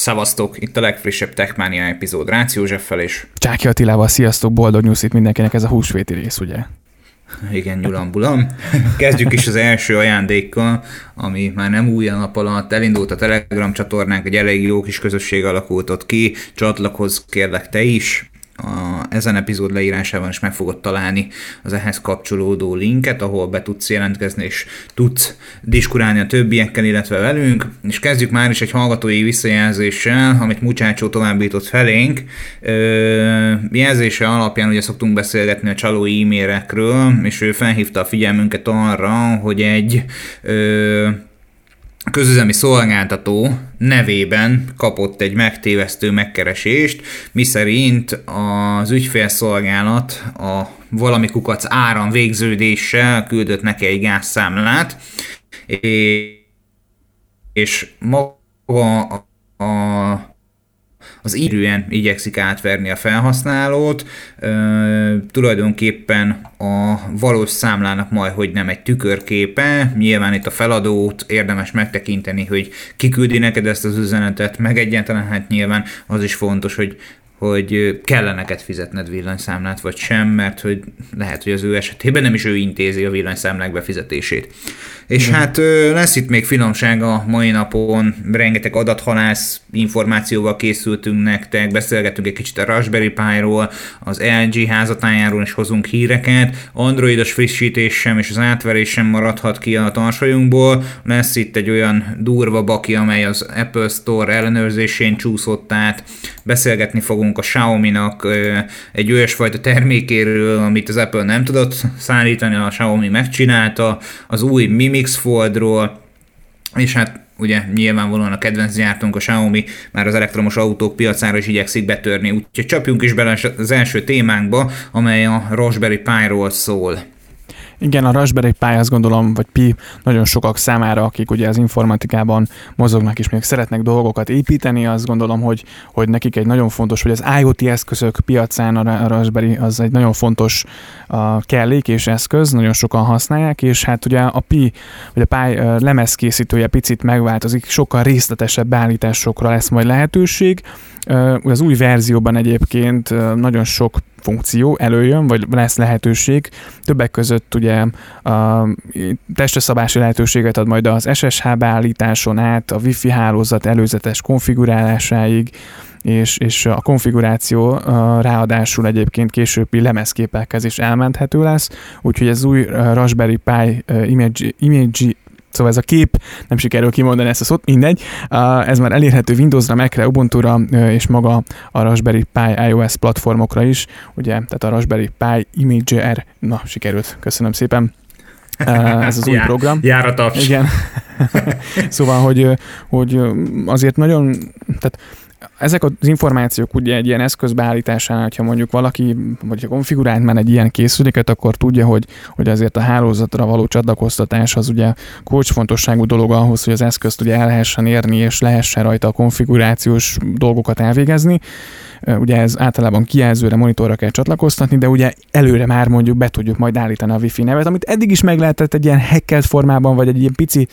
Szevasztok! Itt a legfrissebb Techmania epizód Rácz Józseffel és Csáki Attilával, sziasztok, boldog nyuszit mindenkinek, ez a húsvéti rész, ugye? Igen, nyulambulam. Kezdjük is az első ajándékkal, ami már nem új a nap alatt. Elindult a Telegram csatornánk, egy elég jó kis közösség alakult ott ki. Csatlakozz kérlek te is. Ezen epizód leírásában is meg fogod találni az ehhez kapcsolódó linket, ahol be tudsz jelentkezni, és tudsz diskurálni a többiekkel, illetve velünk. És kezdjük már is egy hallgatói visszajelzéssel, amit Mucsácsó továbbított felénk. Jelzése alapján ugye szoktunk beszélgetni a csalói e-mairekről, és ő felhívta a figyelmünket arra, hogy egy közüzemi szolgáltató nevében kapott egy megtévesztő megkeresést, miszerint az ügyfélszolgálat a valami kukac áram végződéssel küldött neki egy gázszámlát, és maga az írően igyekszik átverni a felhasználót, tulajdonképpen a valós számlának majdhogy nem egy tükörképe, nyilván itt a feladót érdemes megtekinteni, hogy ki küldi neked ezt az üzenetet, meg egyáltalán hát nyilván az is fontos, hogy kell neked fizetned villanyszámlát, vagy sem, mert hogy lehet, hogy az ő esetében nem is ő intézi a villanyszámlák befizetését. És hát lesz itt még finomság a mai napon, rengeteg adathalász információval készültünk nektek, beszélgetünk egy kicsit a Raspberry Pi-ról, az LG házatájáról is hozunk híreket, androidos frissítés sem és az átverés sem maradhat ki a tarsajunkból, lesz itt egy olyan durva baki, amely az Apple Store ellenőrzésén csúszott át, beszélgetni fogunk a Xiaomi-nak egy olyasfajta termékéről, amit az Apple nem tudott szállítani, a Xiaomi megcsinálta, az új Mi Mix Foldról, és hát ugye nyilvánvalóan a kedvenc gyártónk, a Xiaomi már az elektromos autók piacára is igyekszik betörni, úgyhogy csapjunk is bele az első témánkba, amely a Raspberry Pi-ról szól. Igen, a Raspberry Pi, azt gondolom, vagy Pi nagyon sokak számára, akik ugye az informatikában mozognak és még szeretnek dolgokat építeni, azt gondolom, hogy nekik egy nagyon fontos, hogy az IoT eszközök piacán a Raspberry az egy nagyon fontos kellék és eszköz, nagyon sokan használják, és hát ugye a Pi, vagy a Pi lemezkészítője picit megváltozik, sokkal részletesebb beállításokra lesz majd lehetőség. Az új verzióban egyébként nagyon sok funkció előjön, vagy lesz lehetőség. Többek között ugye a testre-szabási lehetőséget ad majd az SSH beállításon át, a Wi-Fi hálózat előzetes konfigurálásáig, és a konfiguráció ráadásul egyébként későbbi lemezképekhez is elmenthető lesz, úgyhogy ez új Raspberry Pi Image szóval ez a kép, nem sikerül kimondani ezt a szót, mindegy. Ez már elérhető Windowsra, Macre, Ubuntu-ra, és maga a Raspberry Pi iOS platformokra is, ugye, tehát a Raspberry Pi Imager, na, sikerült, köszönöm szépen. Ez az új program. Jár a taps. Igen. Szóval, hogy azért nagyon, tehát ezek az információk ugye egy ilyen eszköz beállításánál, ha mondjuk valaki, vagy konfigurált már egy ilyen készüléket, akkor tudja, hogy azért a hálózatra való csatlakoztatás az ugye kulcsfontosságú dolog ahhoz, hogy az eszközt ugye el lehessen érni, és lehessen rajta a konfigurációs dolgokat elvégezni. Ugye ez általában kijelzőre, monitorra kell csatlakoztatni, de ugye előre már mondjuk be tudjuk majd állítani a Wi-Fi nevet, amit eddig is meg lehetett egy ilyen hackelt formában, vagy egy ilyen pici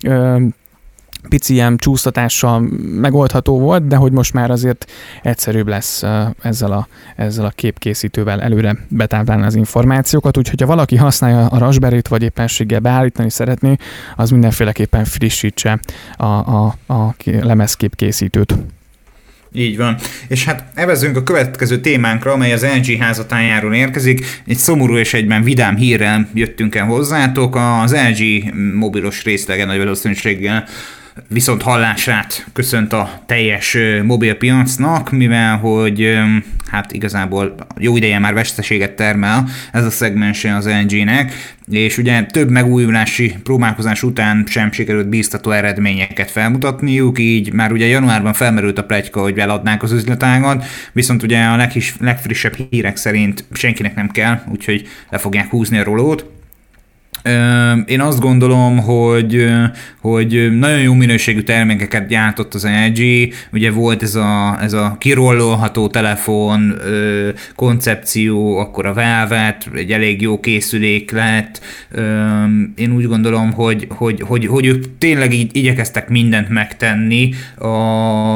ilyen csúsztatással megoldható volt, de hogy most már azért egyszerűbb lesz ezzel a képkészítővel előre betáplálni az információkat, úgyhogy ha valaki használja a Raspberry-t, vagy éppenséggel beállítani szeretné, az mindenféleképpen frissítse a lemezképkészítőt. Így van. És hát evezzünk a következő témánkra, amely az LG házatájáról érkezik. Egy szomorú és egyben vidám hírrel jöttünk el hozzátok. Az LG mobilos részlege nagy valószínűséggel viszont hallását köszönt a teljes mobilpiacnak, mivel hogy hát igazából jó ideje már veszteséget termel ez a szegmense az LG-nek, és ugye több megújulási próbálkozás után sem sikerült bíztató eredményeket felmutatniuk, így már ugye januárban felmerült a pletyka, hogy eladnák az üzletágat, viszont ugye a legfrissebb hírek szerint senkinek nem kell, úgyhogy le fogják húzni a rolót. Én azt gondolom, hogy nagyon jó minőségű termékeket gyártott az LG, ugye volt ez a kirollolható telefon koncepció, akkor a Velvet, egy elég jó készülék lett. Én úgy gondolom, hogy ők tényleg így igyekeztek mindent megtenni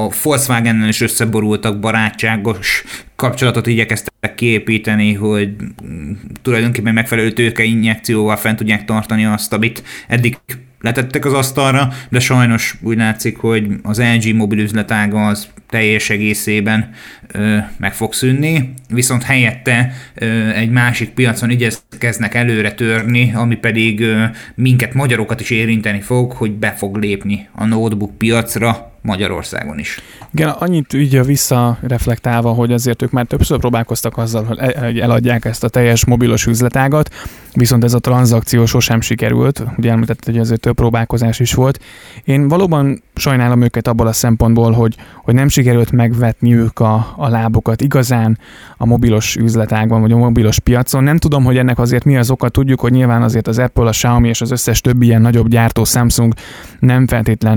a Volkswagennel is összeborultak, barátságos kapcsolatot igyekeztek kiépíteni, hogy tulajdonképpen megfelelő tőkeinjekcióval fent tudják tartani azt, amit eddig letettek az asztalra, de sajnos úgy látszik, hogy az LG mobil üzletága az teljes egészében meg fog szűnni, viszont helyette egy másik piacon igyekeznek előre törni, ami pedig minket, magyarokat is érinteni fog, hogy be fog lépni a notebook piacra Magyarországon is. Igen, annyit ugye visszareflektálva, hogy azért ők már többször próbálkoztak azzal, hogy eladják ezt a teljes mobilos üzletágat, viszont ez a tranzakció sosem sikerült. Ugye említett, hogy azért több próbálkozás is volt. Én valóban sajnálom őket abból a szempontból, hogy nem sikerült megvetniük a lábukat igazán a mobilos üzletágban, vagy a mobilos piacon. Nem tudom, hogy ennek azért mi az oka. Tudjuk, hogy nyilván azért az Apple, a Xiaomi és az összes többi ilyen nagyobb gyártó, Samsung nem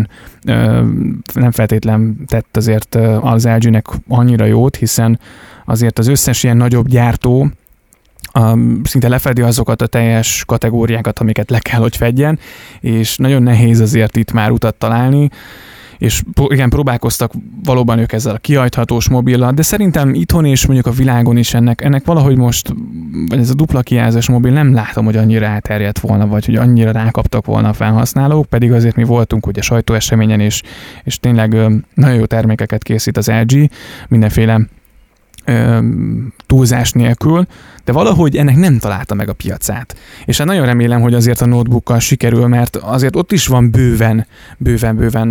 feltétlen tett azért az LG-nek annyira jót, hiszen azért az összes ilyen nagyobb gyártó szinte lefedi azokat a teljes kategóriákat, amiket le kell, hogy fedjen, és nagyon nehéz azért itt már utat találni, és igen, próbálkoztak valóban ők ezzel a kihajthatós mobillal, de szerintem itthon és mondjuk a világon is ennek valahogy most, vagy ez a dupla kijelzős mobil nem látom, hogy annyira elterjedt volna, vagy hogy annyira rákaptak volna a felhasználók, pedig azért mi voltunk ugye sajtóeseményen, és tényleg nagyon jó termékeket készít az LG, mindenféle túlzás nélkül, de valahogy ennek nem találta meg a piacát. És hát nagyon remélem, hogy azért a notebookkal sikerül, mert azért ott is van bőven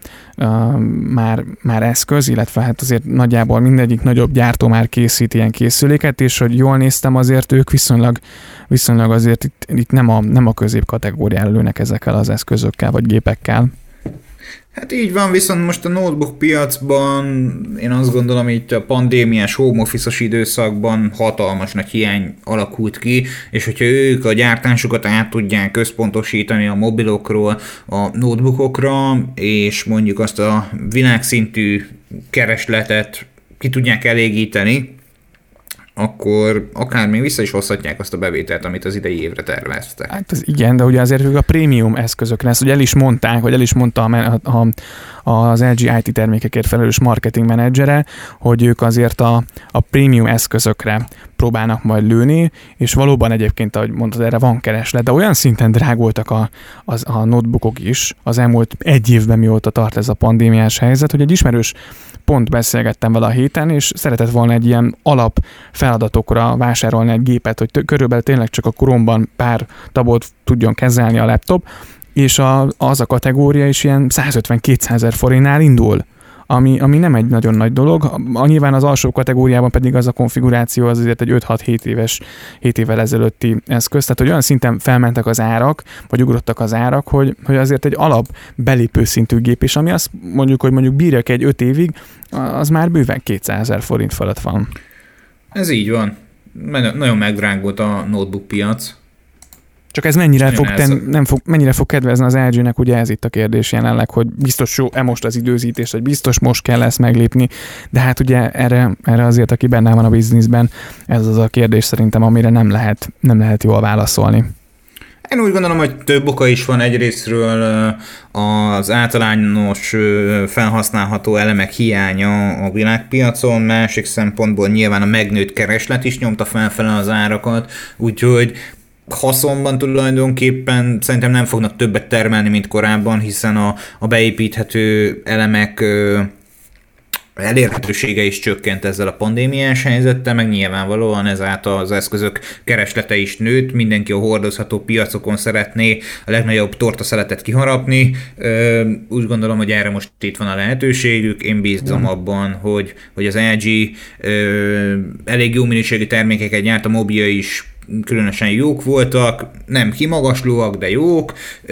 már eszköz, illetve hát azért nagyjából mindegyik nagyobb gyártó már készít ilyen készüléket, és hogy jól néztem, azért ők viszonylag azért itt nem a közép kategóriára lőnek ezekkel az eszközökkel vagy gépekkel. Hát így van, viszont most a notebook piacban én azt gondolom, itt a pandémiás home office-os időszakban hatalmas nagy hiány alakult ki, és hogyha ők a gyártásukat át tudják központosítani a mobilokról a notebookokra, és mondjuk azt a világszintű keresletet ki tudják elégíteni, akkor akár még vissza is hozhatják azt a bevételt, amit az idei évre terveztek. Hát ez igen, de ugye azért ők a prémium eszközökre, ezt ugye el is mondta az LG IT termékekért felelős marketing menedzsere, hogy ők azért a prémium eszközökre próbálnak majd lőni, és valóban egyébként, ahogy mondtad, erre van kereslet, de olyan szinten drágultak a notebookok is az elmúlt egy évben, mióta tart ez a pandémiás helyzet, hogy egy ismerős pont beszélgettem vele a héten, és szeretett volna egy ilyen alap feladatokra vásárolni egy gépet, hogy körülbelül tényleg csak a Chrome-ban pár tabot tudjon kezelni a laptop, és az a kategória is ilyen 150-200 ezer forintnál indul, ami nem egy nagyon nagy dolog. Nyilván az alsó kategóriában pedig az a konfiguráció az azért egy 5-6-7 évvel ezelőtti eszköz, tehát hogy olyan szinten felmentek az árak, vagy ugrottak az árak, hogy azért egy alap belépő szintű gép, és ami azt mondjuk, hogy mondjuk bírjak egy 5 évig, az már bőven 200 ezer forint fölött van. Ez így van. Nagyon megdrágult a notebook piac. Csak ez mennyire fog kedvezni az LG-nek, ugye ez itt a kérdés jelenleg, hogy biztos jó-e most az időzítés, vagy biztos most kell ezt meglépni, de hát ugye erre azért, aki benne van a bizniszben, ez az a kérdés szerintem, amire nem lehet jól válaszolni. Én úgy gondolom, hogy több oka is van. Egyrésztről az általános felhasználható elemek hiánya a világpiacon, másik szempontból nyilván a megnőtt kereslet is nyomta felfele az árakat, úgyhogy haszonban tulajdonképpen szerintem nem fognak többet termelni, mint korábban, hiszen a beépíthető elemek elérhetősége is csökkent ezzel a pandémiás helyzettel, meg nyilvánvalóan ezáltal az eszközök kereslete is nőtt, mindenki a hordozható piacokon szeretné a legnagyobb tortaszeletet kiharapni. Úgy gondolom, hogy erre most itt van a lehetőségük, én bízom abban, hogy az LG elég jó minőségű termékeket gyárt, a mobilja is különösen jók voltak, nem kimagaslóak, de jók.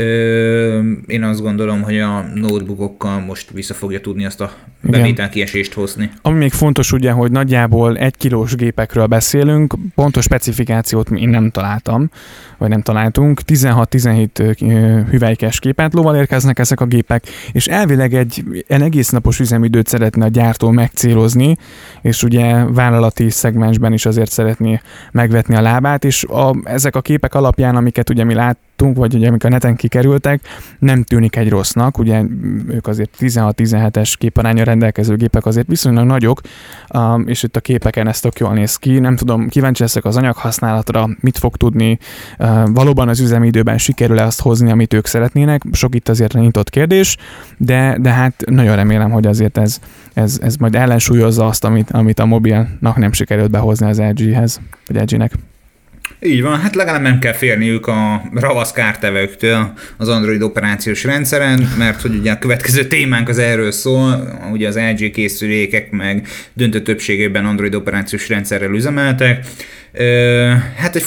Én azt gondolom, hogy a notebookokkal most vissza fogja tudni azt a bevételkiesést hozni. Ami még fontos ugye, hogy nagyjából 1 kilós gépekről beszélünk, pontos specifikációt én nem találtam, vagy nem találtunk. 16-17 hüvelykes képátlóval érkeznek ezek a gépek, és elvileg egy egész napos üzemidőt szeretne a gyártó megcélozni, és ugye vállalati szegmensben is azért szeretné megvetni a lábát, és ezek a képek alapján, amiket ugye mi láttunk, vagy ugye amik a neten kikerültek, nem tűnik egy rossznak, ugye ők azért 16-17-es képarányra rendelkező gépek azért viszonylag nagyok, és itt a képeken ez tök jól néz ki. Nem tudom, kíváncsi leszek az anyaghasználatra, mit fog tudni, valóban az üzemidőben sikerül-e azt hozni, amit ők szeretnének. Sok itt azért nyitott kérdés, de hát nagyon remélem, hogy azért ez majd ellensúlyozza azt, amit a mobilnak nem sikerült behozni az LG-hez, vagy LG-nek. Így van, hát legalább nem kell félniük a ravasz kártevőktől az Android operációs rendszeren, mert hogy ugye a következő témánk az erről szól, ugye az LG készülékek meg döntő többségében Android operációs rendszerrel üzemeltek. Hát egy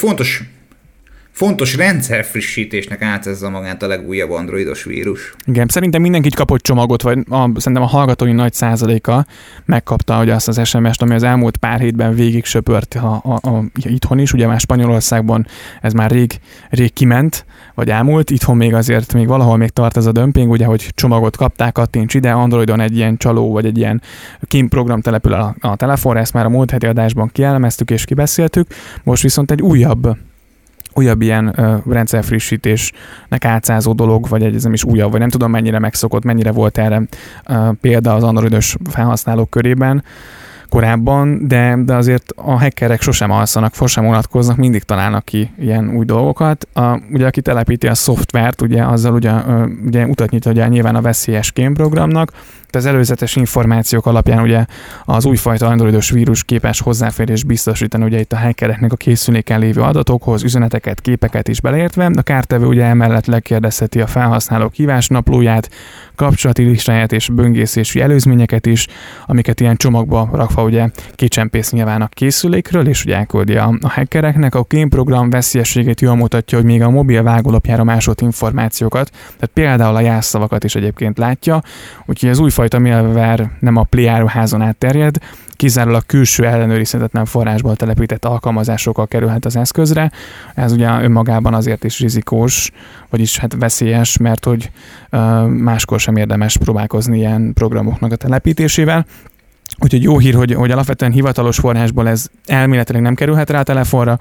fontos rendszerfrissítésnek átszezza magát a legújabb androidos vírus. Igen, szerintem mindenki kapott csomagot, vagy szerintem a hallgatói nagy százaléka megkapta hogy azt az SMS-t, ami az elmúlt pár hétben végig söpört itthon is, ugye már Spanyolországban ez már rég kiment, vagy elmúlt, itthon még azért még valahol még tart ez a dömping, ugye, hogy csomagot kapták, kattints ide, Androidon egy ilyen csaló, vagy egy ilyen program települ a telefonra, ezt már a múlt heti adásban kielemeztük és kibeszéltük, most viszont egy újabb ilyen rendszerfrissítésnek átszázó dolog, vagy ez nem is újabb, vagy nem tudom mennyire megszokott, mennyire volt erre példa az androidos felhasználók körében korábban, de azért a hackerek sosem alszanak, sosem unatkoznak, mindig találnak ki ilyen új dolgokat. Ugye aki telepíti a szoftvert, ugye azzal ugye utat nyit ugye nyilván a veszélyes kémprogramnak, de az előzetes információk alapján ugye az újfajta androidos vírus képes hozzáférés biztosítani ugye itt a hackereknek a készüléken lévő adatokhoz, üzeneteket, képeket is beleértve. A kártevő ugye emellett lekérdezheti a felhasználók hívásnaplóját, kapcsolati listáját és böngészési előzményeket is, amiket ilyen csomagba rakva ugye kicsempész nyilván a készülékről, és ugye elküldi a hackereknek. A kémprogram veszélyességét jól mutatja, hogy még a mobil vágólapjára másolt információkat, tehát például a jelszavakat is egyébként látja, úgyhogy az újfajta malware nem a Play áruházon átterjed, kizárólag külső ellenőrizhetetlen forrásból telepített alkalmazásokkal kerülhet az eszközre. Ez ugye önmagában azért is rizikós, vagyis hát veszélyes, mert hogy máskor sem érdemes próbálkozni ilyen programoknak a telepítésével. Úgyhogy jó hír, hogy alapvetően hivatalos forrásból ez elméletileg nem kerülhet rá a telefonra,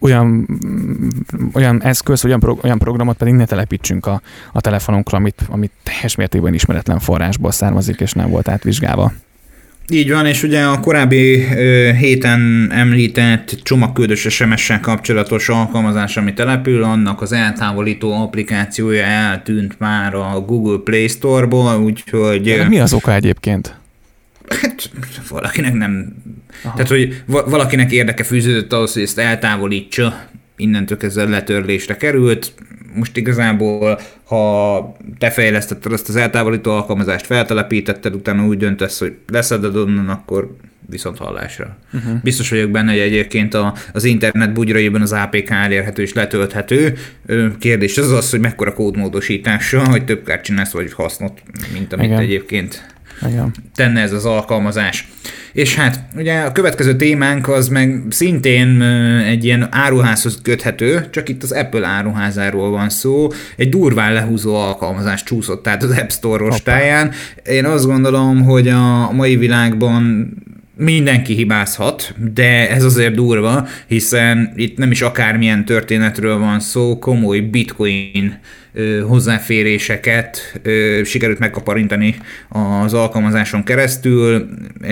olyan eszköz, olyan programot pedig ne telepítsünk a telefonunkra, amit teljes mértékben ismeretlen forrásból származik, és nem volt átvizsgálva. Így van, és ugye a korábbi héten említett csomagküldős SMS-sel kapcsolatos alkalmazás, ami települ, annak az eltávolító applikációja eltűnt már a Google Play Store-ból, úgyhogy... De mi az oka egyébként? Hát valakinek nem... Aha. Tehát, hogy valakinek érdeke fűződött ahhoz, hogy ezt eltávolítsa, innentől kezdve letörlésre került. Most igazából, ha te fejlesztetted azt az eltávolító alkalmazást, feltelepítetted, utána úgy döntesz, hogy leszeded onnan, akkor viszont hallásra. Uh-huh. Biztos vagyok benne, hogy egyébként az internet bugyraiban az APK elérhető és letölthető. Kérdés az, hogy mekkora kódmódosítással, hogy több kárt csinálsz, vagy hasznot, mint amit igen. Egyébként igen. Tenne ez az alkalmazás. És hát ugye a következő témánk az meg szintén egy ilyen áruházhoz köthető, csak itt az Apple áruházáról van szó. Egy durván lehúzó alkalmazás csúszott át az App Store rostáján. Én azt gondolom, hogy a mai világban mindenki hibázhat, de ez azért durva, hiszen itt nem is akármilyen történetről van szó, komoly bitcoin hozzáféréseket sikerült megkaparintani az alkalmazáson keresztül.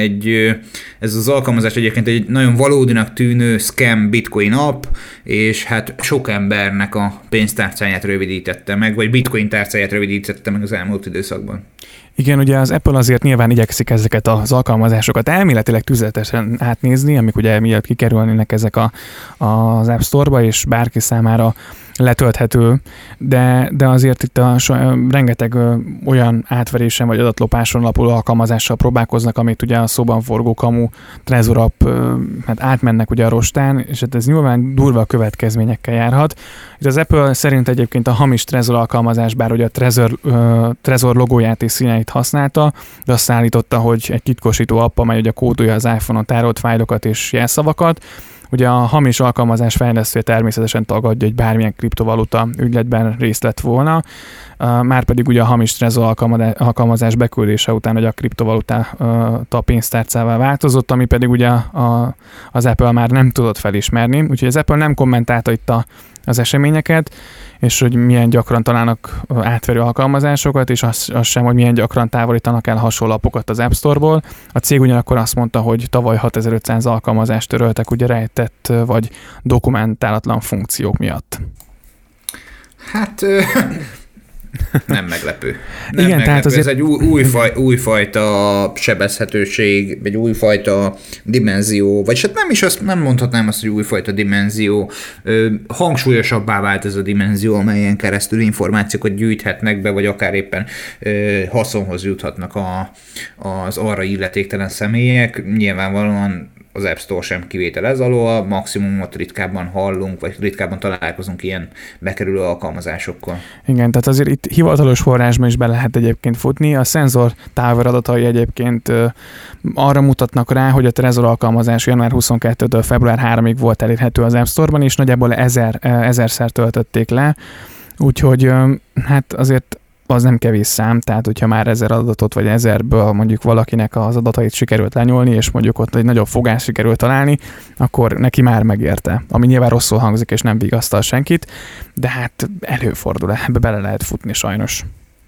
Ez az alkalmazás egyébként egy nagyon valódinak tűnő scam bitcoin app, és hát sok embernek a pénztárcáját rövidítette meg, vagy bitcoin tárcáját rövidítette meg az elmúlt időszakban. Igen, ugye az Apple azért nyilván igyekszik ezeket az alkalmazásokat elméletileg tüzetesen átnézni, amik ugye miatt kikerülnének ezek az App Store-ba, és bárki számára letölthető, de azért itt rengeteg olyan átverésen vagy adatlopáson alapuló alkalmazással próbálkoznak, amit ugye a szóban forgó kamu Trezor app hát átmennek ugye a rostán, és hát ez nyilván durva következményekkel járhat. Itt az Apple szerint egyébként a hamis Trezor alkalmazás, bár ugye a Trezor logóját és színeit használta, de azt állította, hogy egy titkosító app, amely ugye kódolja az iPhone-on tárolt fájlokat és jelszavakat. Ugye a hamis alkalmazás fejlesztője természetesen tagadja, hogy bármilyen kriptovaluta ügyletben részt lett volna, márpedig ugye a hamis Trezor alkalmazás beküldése után, hogy a kriptovaluta pénztárcává változott, ami pedig ugye az Apple már nem tudott felismerni, úgyhogy az Apple nem kommentálta itt az eseményeket, és hogy milyen gyakran találnak átverő alkalmazásokat, és az sem, hogy milyen gyakran távolítanak el hasonló lapokat az App Store-ból. A cég ugyanakkor azt mondta, hogy tavaly 6500 alkalmazást töröltek ugye rejtett vagy dokumentálatlan funkciók miatt. Hát nem meglepő. Nem igen, meglepő. tehát azért... Ez egy újfajta sebezhetőség, egy újfajta dimenzió, vagy hát nem mondhatnám azt, hogy újfajta dimenzió. Hangsúlyosabbá vált ez a dimenzió, amelyen keresztül információkat gyűjthetnek be, vagy akár éppen haszonhoz juthatnak az arra illetéktelen személyek. Nyilvánvalóan az App Store sem kivétel ez alól, maximumot ritkábban hallunk, vagy ritkábban találkozunk ilyen bekerülő alkalmazásokkal. Igen, tehát azért itt hivatalos forrásban is be lehet egyébként futni. A Sensor Tower adatai egyébként arra mutatnak rá, hogy a Trezor alkalmazás január 22-től február 3-ig volt elérhető az App Store-ban, és nagyjából 1000-szer töltötték le. Úgyhogy hát azért az nem kevés szám, tehát hogyha már 1000 adatot, vagy 1000-ből mondjuk valakinek az adatait sikerült lenyúlni, és mondjuk ott egy nagyobb fogás sikerült találni, akkor neki már megérte. Ami nyilván rosszul hangzik, és nem vigasztal senkit, de hát előfordul, ebbe bele lehet futni sajnos.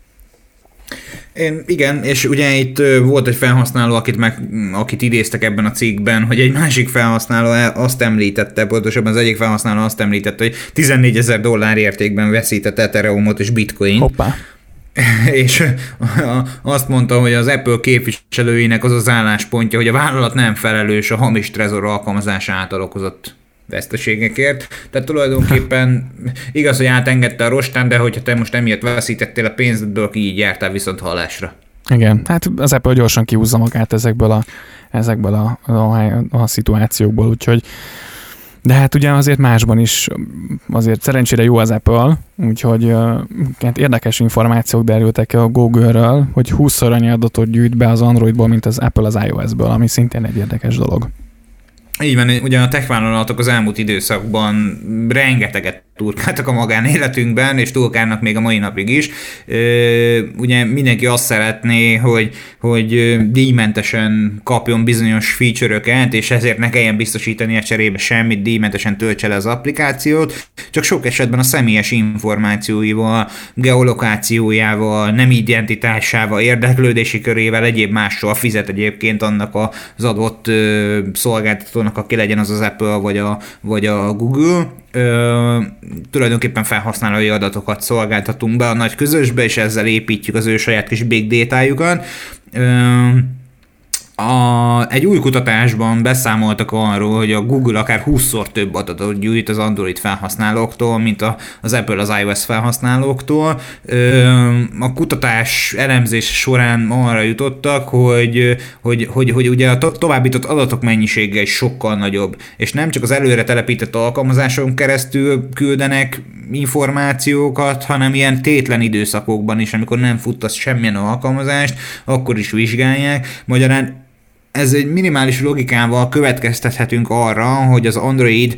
Igen, és ugye itt volt egy felhasználó, akit idéztek ebben a cikkben, hogy egy másik felhasználó azt említette, pontosabban az egyik felhasználó azt említette, hogy $14,000 értékben veszített Ethereumot és Bitcoin. Hoppá. És azt mondta, hogy az Apple képviselőinek az az álláspontja, hogy a vállalat nem felelős a hamis Trezor alkalmazás által okozott veszteségekért. Tehát tulajdonképpen igaz, hogy átengedte a rostán, de hogyha te most emiatt veszítettél a pénzedből, így jártál viszont hallásra. Igen, hát az Apple gyorsan kihúzza magát ezekből a szituációkból, úgyhogy de hát ugye azért másban is, azért szerencsére jó az Apple, úgyhogy hát érdekes információk derültek ki a Google-ről, hogy 20-szor annyi adatot gyűjt be az Androidból, mint az Apple az iOS-ből, ami szintén egy érdekes dolog. Így van, ugye a tech-vállalatok az elmúlt időszakban rengeteget turkáltak a magánéletünkben, és turkálnak még a mai napig is. Ugye mindenki azt szeretné, hogy díjmentesen kapjon bizonyos feature-öket, és ezért ne kelljen biztosítani a cserébe semmit, díjmentesen töltse le az applikációt, csak sok esetben a személyes információival, geolokációjával, nem identitásával, érdeklődési körével, egyéb mással fizet egyébként annak az adott szolgáltatónak, aki legyen az Apple vagy a Google. Tulajdonképpen felhasználói adatokat szolgáltatunk be a nagy közösbe, és ezzel építjük az ő saját kis big data-jukat. Egy új kutatásban beszámoltak arról, hogy a Google akár 20-szor több adatot gyűjt az Android felhasználóktól, mint az Apple az iOS felhasználóktól. A kutatás elemzés során arra jutottak, hogy ugye a továbbított adatok mennyisége is sokkal nagyobb, és nem csak az előre telepített alkalmazáson keresztül küldenek információkat, hanem ilyen tétlen időszakokban is, amikor nem futtasz semmilyen alkalmazást, akkor is vizsgálják. Magyarán ez egy minimális logikával következtethetünk arra, hogy az Android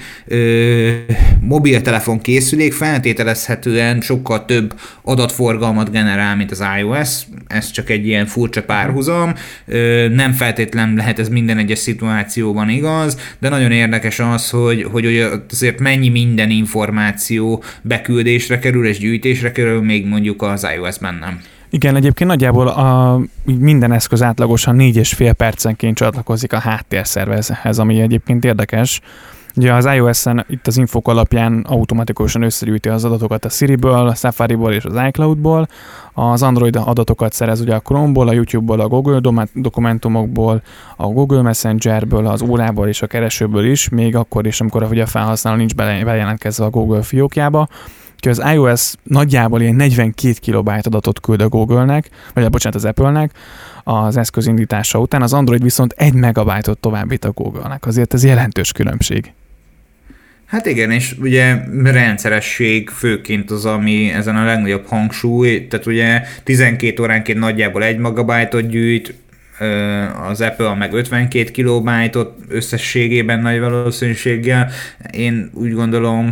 mobiltelefon készülék feltételezhetően sokkal több adatforgalmat generál, mint az iOS. Ez csak egy ilyen furcsa párhuzam. Nem feltétlen lehet ez minden egyes szituációban igaz, de nagyon érdekes az, hogy azért mennyi minden információ beküldésre kerül és gyűjtésre kerül, még mondjuk az iOS-ben nem. Igen, egyébként nagyjából minden eszköz átlagosan 4,5 percenként csatlakozik a háttérszervezhez, ami egyébként érdekes. Ugye az iOS-en itt az infok alapján automatikusan összegyűjti az adatokat a Siri-ből, a Safari-ból és az iCloud-ból. Az Android adatokat szerez ugye a Chrome-ból, a YouTube-ból, a Google dokumentumokból, a Google Messengerből, az órából és a keresőből is, még akkor is, amikor ugye a felhasználó nincs bejelentkezve a Google fiókjába. Úgyhogy az iOS nagyjából ilyen 42 kilobájt adatot küld a Google-nek, vagy az Apple-nek az eszköz indítása után, az Android viszont 1 megabájtot továbbít a Google-nek. Azért ez jelentős különbség. Hát igen, és ugye rendszeresség főként az, ami ezen a legnagyobb hangsúly, tehát ugye 12 óránként nagyjából 1 megabájtot gyűjt, az Apple meg 52 kilobájtot összességében nagy valószínűséggel. Én úgy gondolom,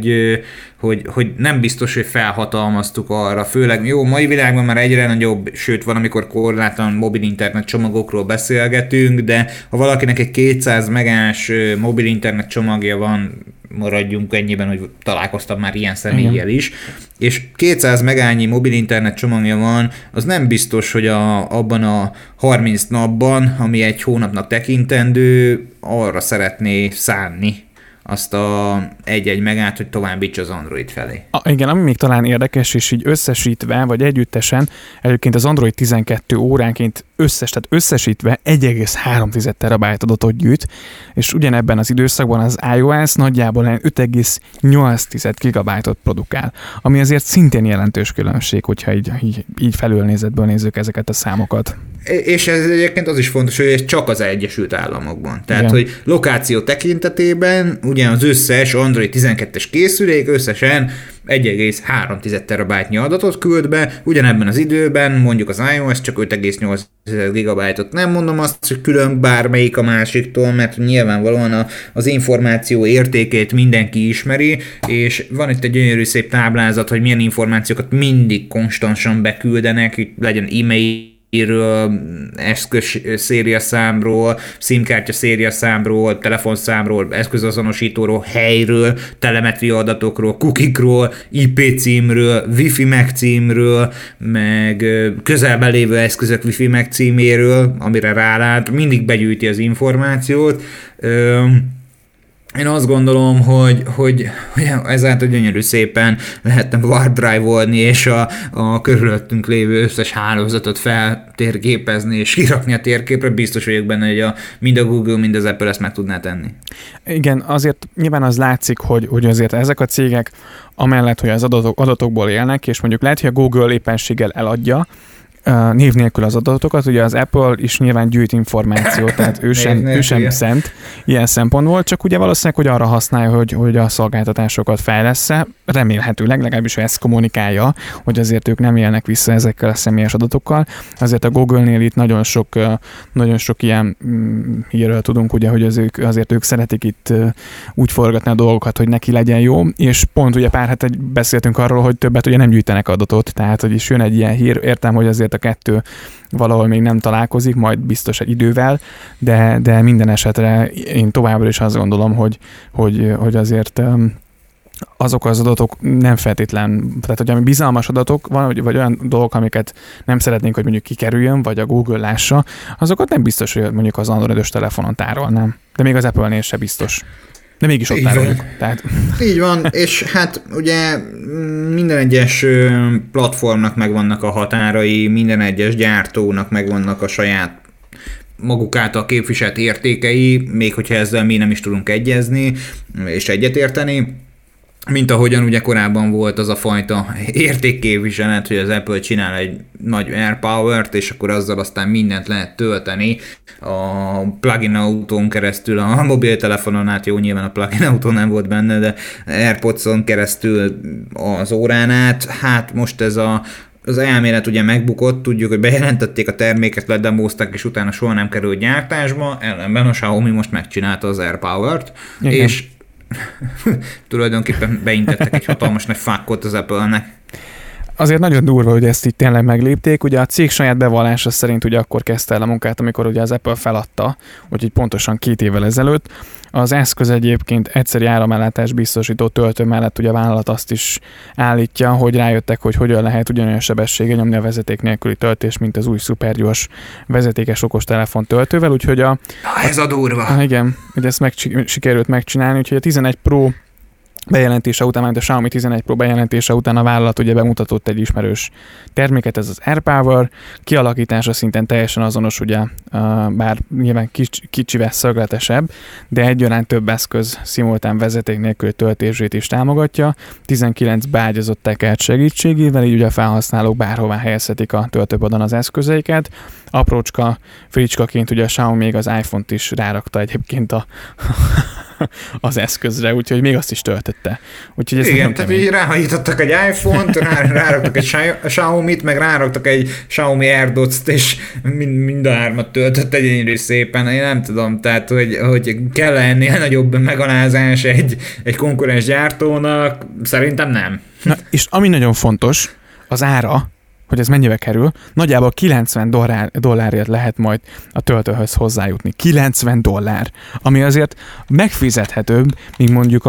hogy nem biztos, hogy felhatalmaztuk arra, főleg jó, mai világban már egyre nagyobb, sőt van, amikor korlátlan mobil internet csomagokról beszélgetünk, de ha valakinek egy 200 megás mobil internet csomagja van maradjunk ennyiben, hogy találkoztam már ilyen személlyel is, és 200 megányi mobil internet csomagja van, az nem biztos, hogy abban a 30 napban, ami egy hónapnak tekintendő, arra szeretné szánni azt a egy-egy megát, hogy továbbítsa az Android felé. Igen, ami még talán érdekes, és így összesítve, vagy együttesen, egyébként az Android 12 óránként tehát összesítve 1,3 terabájt adatot gyűjt, és ugyanebben az időszakban az iOS nagyjából 5,8 gigabájtot produkál, ami azért szintén jelentős különbség, hogyha így felülnézetből nézzük ezeket a számokat. És ez egyébként az is fontos, hogy ez csak az Egyesült Államokban. Tehát, igen, hogy lokáció tekintetében ugye az összes Android 12-es készülék összesen 1,3 terabájtnyi adatot küld be, ugyanebben az időben mondjuk az iOS csak 5,8 gigabájtot. Nem mondom azt, hogy külön bármelyik a másiktól, mert nyilvánvalóan az információ értékét mindenki ismeri, és van itt egy gyönyörű szép táblázat, hogy milyen információkat mindig konstansan beküldenek, itt legyen e-mail, eszköz szériaszámról, SIM-kártya szériaszámról, telefonszámról, eszközazonosítóról, helyről, telemetria adatokról, kukikról, IP címről, Wi-Fi megcímről, meg közelben lévő eszközök Wi-Fi megcíméről, amire rálát, mindig begyűjti az információt. Én azt gondolom, hogy ezáltal gyönyörű szépen lehetne warp drive-olni, és a körülöttünk lévő összes hálózatot feltérképezni, és kirakni a térképre. Biztos vagyok benne, hogy mind a Google, mind az Apple ezt meg tudná tenni. Igen, azért nyilván az látszik, hogy azért ezek a cégek, amellett, hogy az adatokból élnek, és mondjuk lehet, hogy a Google éppenséggel eladja, név nélkül az adatokat, ugye az Apple is nyilván gyűjt információt, tehát ő sem szent ilyen szempontból, csak ugye valószínűleg, hogy arra használja, hogy a szolgáltatásokat fejlessze, remélhetőleg, legalábbis ezt kommunikálja, hogy azért ők nem élnek vissza ezekkel a személyes adatokkal. Azért a Google-nél itt nagyon sok ilyen hírről tudunk, ugye, hogy azért ők szeretik itt úgy forgatni a dolgokat, hogy neki legyen jó, és pont ugye pár hete beszéltünk arról, hogy többet ugye nem gyűjtenek adatot, tehát hogy is jön egy ilyen hír, értem, hogy azért a kettő valahol még nem találkozik, majd biztos egy idővel, de minden esetre én továbbra is azt gondolom, hogy azért azok az adatok nem feltétlen, tehát hogy ami bizalmas adatok van, vagy olyan dolgok, amiket nem szeretnénk, hogy mondjuk kikerüljön, vagy a Google lássa, azokat nem biztos, hogy mondjuk az Androidos telefonon tárolnám. De még az Apple-nél se biztos. De mégis ott tároljuk. Tehát... Így van, és hát ugye minden egyes platformnak megvannak a határai, minden egyes gyártónak megvannak a saját maguk által képviselt értékei, még hogyha ezzel mi nem is tudunk egyezni és egyetérteni. Mint ahogyan ugye korábban volt az a fajta értékképviselet, hogy az Apple csinál egy nagy AirPower-t, és akkor azzal aztán mindent lehet tölteni a plug-in autón keresztül, a mobiltelefonon át, jó, nyilván a plug-in autó nem volt benne, de AirPods-on keresztül az órán át. Hát most ez az elmélet ugye megbukott, tudjuk, hogy bejelentették a terméket, ledemózták, és utána soha nem került gyártásba, ellenben a Xiaomi most megcsinálta az AirPower-t, és tulajdonképpen beintettek egy hatalmas nagy fákkot az Apple-nek. Azért nagyon durva, hogy ezt itt tényleg meglépték. Ugye a cég saját bevallása szerint ugye akkor kezdte el a munkát, amikor ugye az Apple feladta, úgyhogy pontosan 2 évvel ezelőtt. Az eszköz egyébként egyszeri áramellátás biztosító töltő mellett ugye a vállalat azt is állítja, hogy rájöttek, hogy hogyan lehet ugyanolyan sebességgel nyomni a vezeték nélküli töltés, mint az új szupergyors vezetékes okostelefon töltővel, úgyhogy ez a durva. Igen, hogy ezt sikerült megcsinálni, úgyhogy a 11 Pro bejelentése után, mert a Xiaomi 11 Pro bejelentése után a vállalat ugye bemutatott egy ismerős terméket, ez az AirPower, kialakítása szinten teljesen azonos, ugye, bár nyilván kicsivel szögletesebb, de egyaránt több eszköz szimultán vezeték nélkül töltését is támogatja, 19 beágyazott tekert segítségével, így ugye a felhasználók bárhová helyezhetik a töltőpadon az eszközeiket. Aprócska fricskaként ugye a Xiaomi még az iPhone-t is rárakta egyébként az eszközre, úgyhogy még azt is töltötte. Úgyhogy ez igen, tehát így ráhajítottak egy iPhone-t, ráraktak egy Xiaomi-t, meg ráraktak egy Xiaomi AirDots-t, és mind a 3-at töltött egyénről szépen. Én nem tudom, tehát, hogy kell ennél nagyobb megalázás egy konkurens gyártónak, szerintem nem. Na, és ami nagyon fontos, az ára, hogy ez mennyibe kerül. Nagyjából $90 lehet majd a töltőhöz hozzájutni. $90, ami azért megfizethetőbb, mint mondjuk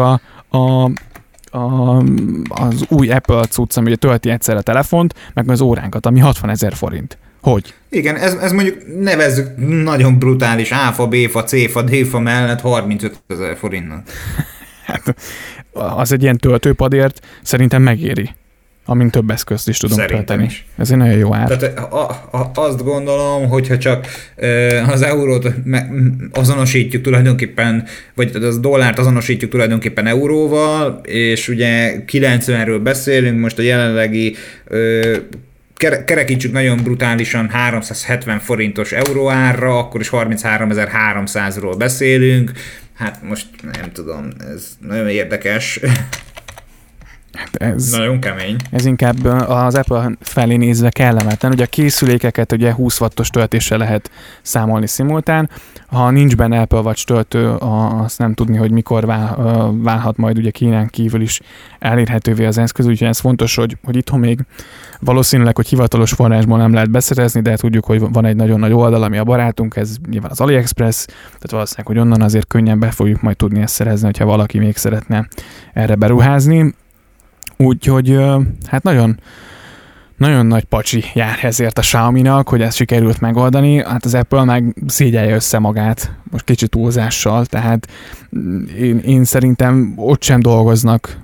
az új Apple cucc, ami tölti egyszer a telefont, meg az óránkat, ami 60 000 forint. Hogy? Igen, ez mondjuk nevezzük nagyon brutális áfa, béfa, céfa, défa mellett 35 000 forintnak. Hát az egy ilyen töltőpadért szerintem megéri, amint több eszközt is tudunk tölteni. Is. Ez egy nagyon jó ár. Tehát azt gondolom, hogyha csak az eurót azonosítjuk tulajdonképpen, vagy az dollárt azonosítjuk tulajdonképpen euróval, és ugye 90-ről beszélünk, most a jelenlegi kerekítsük nagyon brutálisan 370 forintos euróárra, akkor is 33.300-ról beszélünk. Hát most nem tudom, ez nagyon érdekes. Hát ez nagyon kemény. Ez inkább az Apple felé nézve kellemetlen. Ugye a készülékeket ugye 20 wattos töltéssel lehet számolni szimultán. Ha nincs benne Apple Watch töltő, azt nem tudni, hogy mikor válhat majd ugye Kínán kívül is elérhetővé az eszköz. Úgyhogy ez fontos, hogy itthon még valószínűleg, hogy hivatalos forrásból nem lehet beszerezni, de tudjuk, hogy van egy nagyon nagy oldal, ami a barátunk, ez nyilván az AliExpress, tehát valószínűleg, hogy onnan azért könnyen be fogjuk majd tudni ezt szerezni, hogyha valaki még szeretne erre beruházni. Úgyhogy hát nagyon, nagyon nagy pacsi jár ezért a Xiaomi-nak, hogy ezt sikerült megoldani. Hát az Apple meg szégyelje össze magát, most kicsit túlzással, tehát én szerintem ott sem dolgoznak,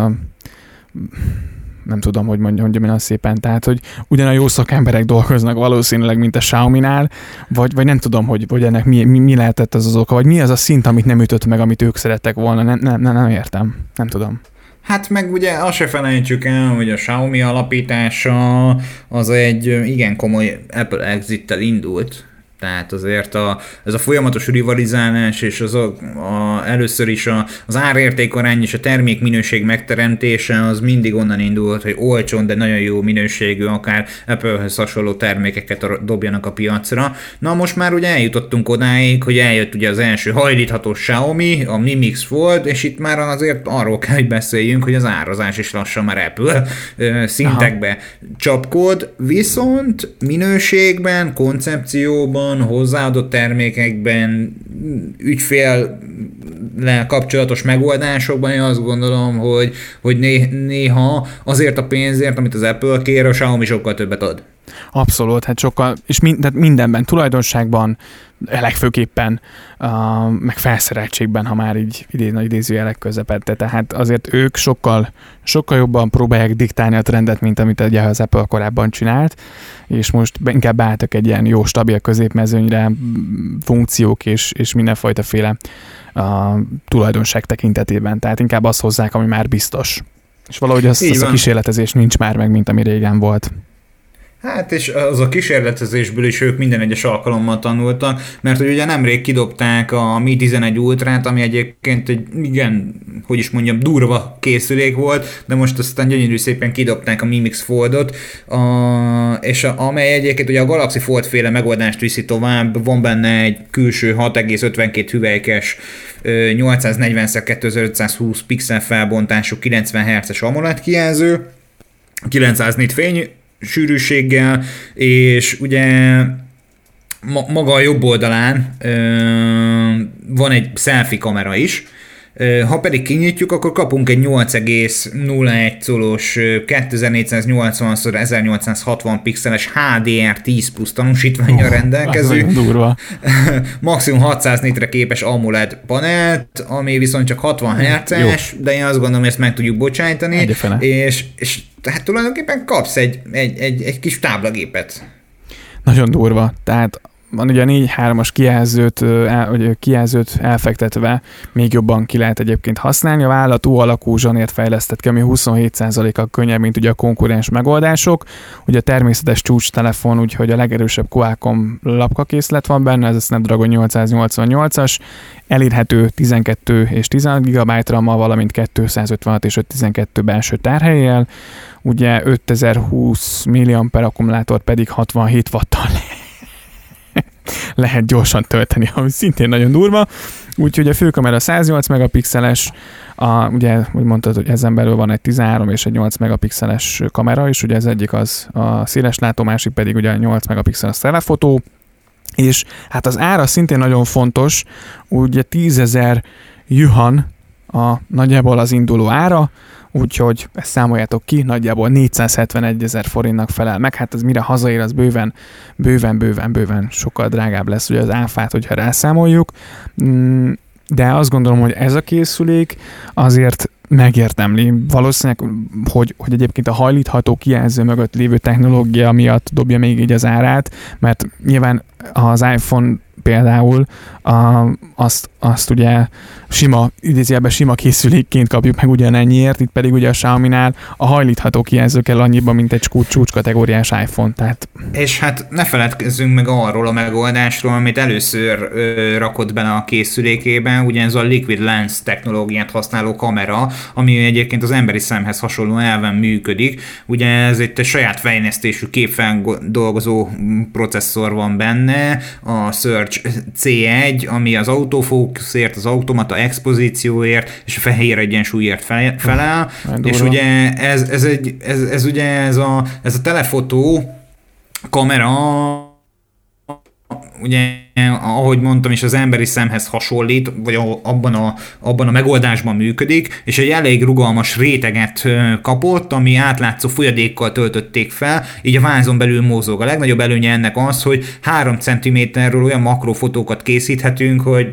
nem tudom, hogy mondjam én azt szépen, tehát, hogy ugyan a jó szakemberek dolgoznak valószínűleg, mint a Xiaomi-nál, vagy nem tudom, hogy ennek mi lehetett az oka, vagy mi az a szint, amit nem ütött meg, amit ők szerettek volna, nem értem, nem tudom. Hát meg ugye azt se felejtsük el, hogy a Xiaomi alapítása az egy igen komoly Apple exit-tel indult. Tehát azért ez a folyamatos rivalizálás, és először is az árértékarány és a termékminőség megteremtése az mindig onnan indult, hogy olcsón, de nagyon jó minőségű, akár Apple-höz hasonló termékeket dobjanak a piacra. Na most már ugye eljutottunk odáig, hogy eljött ugye az első hajlítható Xiaomi, a Mi Mix Fold, és itt már azért arról kell, hogy beszéljünk, hogy az árazás is lassan már Apple szintekbe csapkod, viszont minőségben, koncepcióban, hozzáadott termékekben, ügyféllel kapcsolatos megoldásokban én azt gondolom, hogy néha azért a pénzért, amit az Apple kér, a Xiaomi sokkal többet ad. Abszolút, hát sokkal, és mindenben, tulajdonságban, legfőképpen, meg felszereltségben, ha már így idézőjelek közepette. Tehát azért ők sokkal jobban próbálják diktálni a trendet, mint amit ugye az Apple korábban csinált, és most inkább beálltak egy ilyen jó, stabil középmezőnyre, funkciók és mindenfajtaféle tulajdonság tekintetében. Tehát inkább azt hozzák, ami már biztos. És valahogy az a kísérletezés nincs már meg, mint ami régen volt. Hát és az a kísérletezésből is ők minden egyes alkalommal tanultak, mert hogy ugye nemrég kidobták a Mi 11 Ultrát, ami egyébként egy igen, hogy is mondjam, durva készülék volt, de most aztán gyönyörű szépen kidobták a Mi Mix Foldot, és amely egyébként ugye a Galaxy Fold féle megoldást viszi tovább, van benne egy külső 6,52 hüvelykes 840x2520 pixel felbontású 90 Hz-es AMOLED kijelző, 900 nit fény sűrűséggel, és ugye maga a jobb oldalán van egy selfie kamera is, ha pedig kinyitjuk, akkor kapunk egy 8,01 colos 2480x1860 pixeles HDR10 plusz tanúsítvánnyal rendelkező, maximum 600 nitre képes AMOLED panelt, ami viszont csak 60 Hz-es, de én azt gondolom, hogy ezt meg tudjuk bocsájtani, és tehát tulajdonképpen kapsz egy kis táblagépet. Nagyon durva, tehát van ugye a 4.3-as kijelzőt elfektetve még jobban ki lehet egyébként használni. A vállalat alakú zsanért fejlesztett ki, ami 27%-kal könnyebb, mint ugye a konkurens megoldások. Ugye a természetes csúcstelefon, úgyhogy a legerősebb Qualcomm lapkakészlet van benne, ez a Snapdragon 888-as, elérhető 12 és 16 GB RAM-mal, valamint 256 és 512 belső tárhellyel. Ugye 5020 mAh akkumulátor pedig 67 watttal lehet gyorsan tölteni, ami szintén nagyon durva. Úgyhogy a főkamera 108 megapixeles, ugye, úgy mondtad, hogy ezen belül van egy 13 és egy 8 megapixeles kamera, és ugye ez egyik az a széles látó, másik pedig ugye a 8 megapixeles telefotó, és hát az ára szintén nagyon fontos, ugye 10.000 yuan nagyjából az induló ára, úgyhogy ezt számoljátok ki, nagyjából 471.000 forintnak felel meg, hát ez mire hazaér, az bőven sokkal drágább lesz ugye az áfát, hogyha rászámoljuk, de azt gondolom, hogy ez a készülék azért megérdemli. Valószínűleg, hogy egyébként a hajlítható kijelző mögött lévő technológia miatt dobja még így az árát, mert nyilván az iPhone például azt ugye idézőjelben sima készülékként kapjuk meg ugyanennyiért, itt pedig ugye a Xiaomi-nál a hajlítható kijelző kell annyiban, mint egy csúcs kategóriás iPhone. Tehát... És hát ne feledkezzünk meg arról a megoldásról, amit először rakott bele a készülékében, ugye ez a Liquid Lens technológiát használó kamera, ami egyébként az emberi szemhez hasonló elven működik. Ugye ez egy saját fejlesztésű képfeldolgozó processzor van benne, a Surge C1, ami az autofókuszért, az automata expozícióért és a fehér egyensúlyért felel, és ugye ez a telefotó kamera, ugye, ahogy mondtam is, az emberi szemhez hasonlít, vagy abban a megoldásban működik, és egy elég rugalmas réteget kapott, ami átlátszó folyadékkal töltötték fel, így a vázon belül mozog. A legnagyobb előnye ennek az, hogy 3 cm-ről olyan makrofotókat készíthetünk, hogy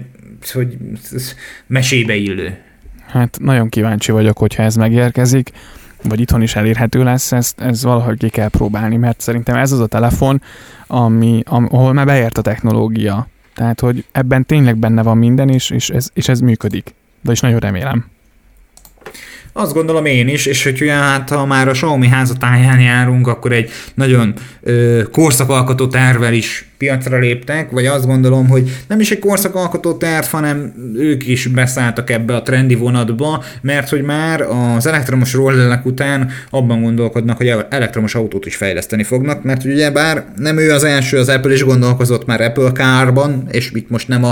mesébe illő. Hát nagyon kíváncsi vagyok, hogyha ez megérkezik, vagy itthon is elérhető lesz, ez valahogy ki kell próbálni, mert szerintem ez az a telefon, ahol már beért a technológia. Tehát, hogy ebben tényleg benne van minden, és ez működik. De is nagyon remélem. Azt gondolom én is, és hogy hát, ha már a Xiaomi házatáján járunk, akkor egy nagyon korszakalkotó tervvel is piacra léptek, vagy azt gondolom, hogy nem is egy korszakalkotó terv, hanem ők is beszálltak ebbe a trendi vonatba, mert hogy már az elektromos rollerek után abban gondolkodnak, hogy elektromos autót is fejleszteni fognak, mert ugye bár nem ő az első, az Apple is gondolkozott már Apple Car-ban, és itt most nem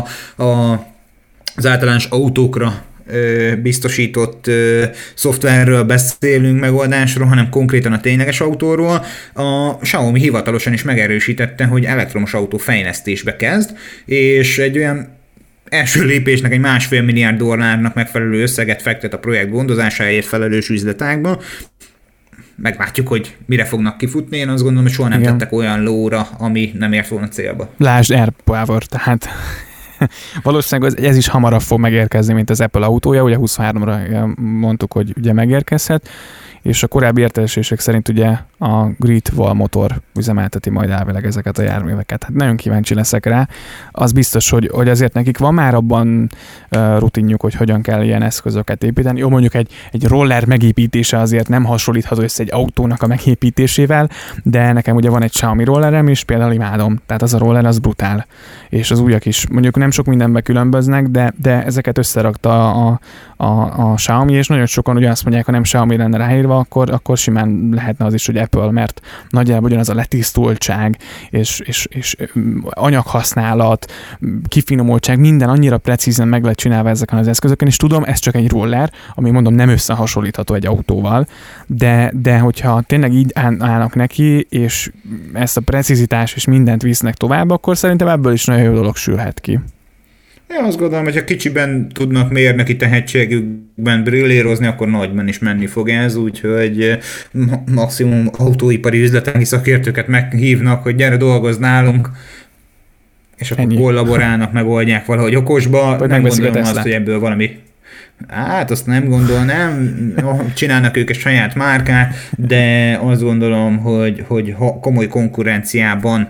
az általános autókra biztosított szoftverről beszélünk, megoldásról, hanem konkrétan a tényleges autóról. A Xiaomi hivatalosan is megerősítette, hogy elektromos autó fejlesztésbe kezd, és egy olyan első lépésnek egy $1,5 milliárd megfelelő összeget fektet a projekt gondozásáért felelős üzletágba. Meglátjuk, hogy mire fognak kifutni. Én azt gondolom, hogy soha nem tettek olyan lóra, ami nem ért volna célba. Lásd AirPower, tehát valószínűleg ez is hamarabb fog megérkezni, mint az Apple autója, ugye 23-ra mondtuk, hogy ugye megérkezhet, és a korábbi értelmesítések szerint ugye a Great Wall motor üzemelteti majd elvileg ezeket a járműveket. Hát nagyon kíváncsi leszek rá. Az biztos, hogy azért nekik van már abban rutinjuk, hogy hogyan kell ilyen eszközöket építeni. Jó, mondjuk egy roller megépítése azért nem hasonlítható össze egy autónak a megépítésével, de nekem ugye van egy Xiaomi rollerem, és például imádom. Tehát az a roller az brutál. És az újak is. Mondjuk nem sok mindenben különböznek, de ezeket összerakta a Xiaomi, és nagyon sokan ugye azt mondják, ha nem Xiaomi lenne ráírva, akkor simán lehetne az is, hogy Apple, mert nagyjából ugyanaz a letisztultság és anyaghasználat, kifinomultság, minden annyira precízen meg lett csinálva ezeken az eszközöken, és tudom, ez csak egy roller, ami mondom nem összehasonlítható egy autóval, de hogyha tényleg így állnak neki, és ezt a precizitás és mindent visznek tovább, akkor szerintem ebből is nagyon jó dolog sülhet ki. Én azt gondolom, hogy ha kicsiben tudnak mérnöki tehetségükben brillérozni, akkor nagyban is menni fog ez, úgyhogy maximum autóipari üzletági szakértőket meghívnak, hogy gyere dolgozz nálunk, és akkor kollaborálnak, megoldják valahogy okosba. Vagy nem gondolom azt, hogy ebből valami... Hát azt nem gondolnám, csinálnak ők egy saját márkát, de azt gondolom, hogy komoly konkurenciában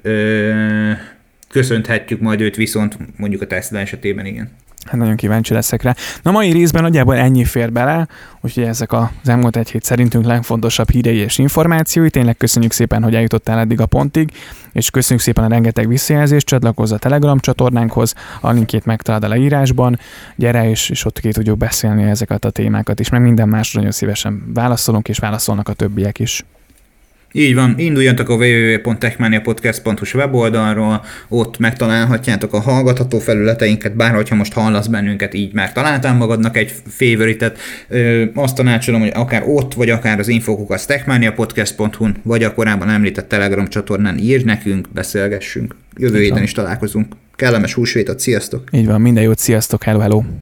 köszönhetjük majd őt, viszont mondjuk a Tesla esetében igen. Hát nagyon kíváncsi leszek rá. Na, mai részben nagyjából ennyi fér bele, úgyhogy ezek az elmúlt egy hét szerintünk legfontosabb hírei és információi. Tényleg köszönjük szépen, hogy eljutottál eddig a pontig, és köszönjük szépen a rengeteg visszajelzést, csatlakozz a Telegram csatornánkhoz, a linkjét megtalálod a leírásban, gyere, és ott ki tudjuk beszélni ezeket a témákat, és meg minden másra nagyon szívesen válaszolunk, és válaszolnak a többiek is. Így van, induljatok a www.techmaniapodcast.hu-s weboldalról, ott megtalálhatjátok a hallgatható felületeinket, bár hogyha most hallasz bennünket, így már találtál magadnak egy favoritet. Azt tanácsolom, hogy akár ott, vagy akár az infókukat techmaniapodcast.hu-n, vagy a korábban említett Telegram csatornán írj nekünk, beszélgessünk. Jövő héten is találkozunk. Kellemes húsvétot, sziasztok! Így van, minden jót, sziasztok, hello, hello!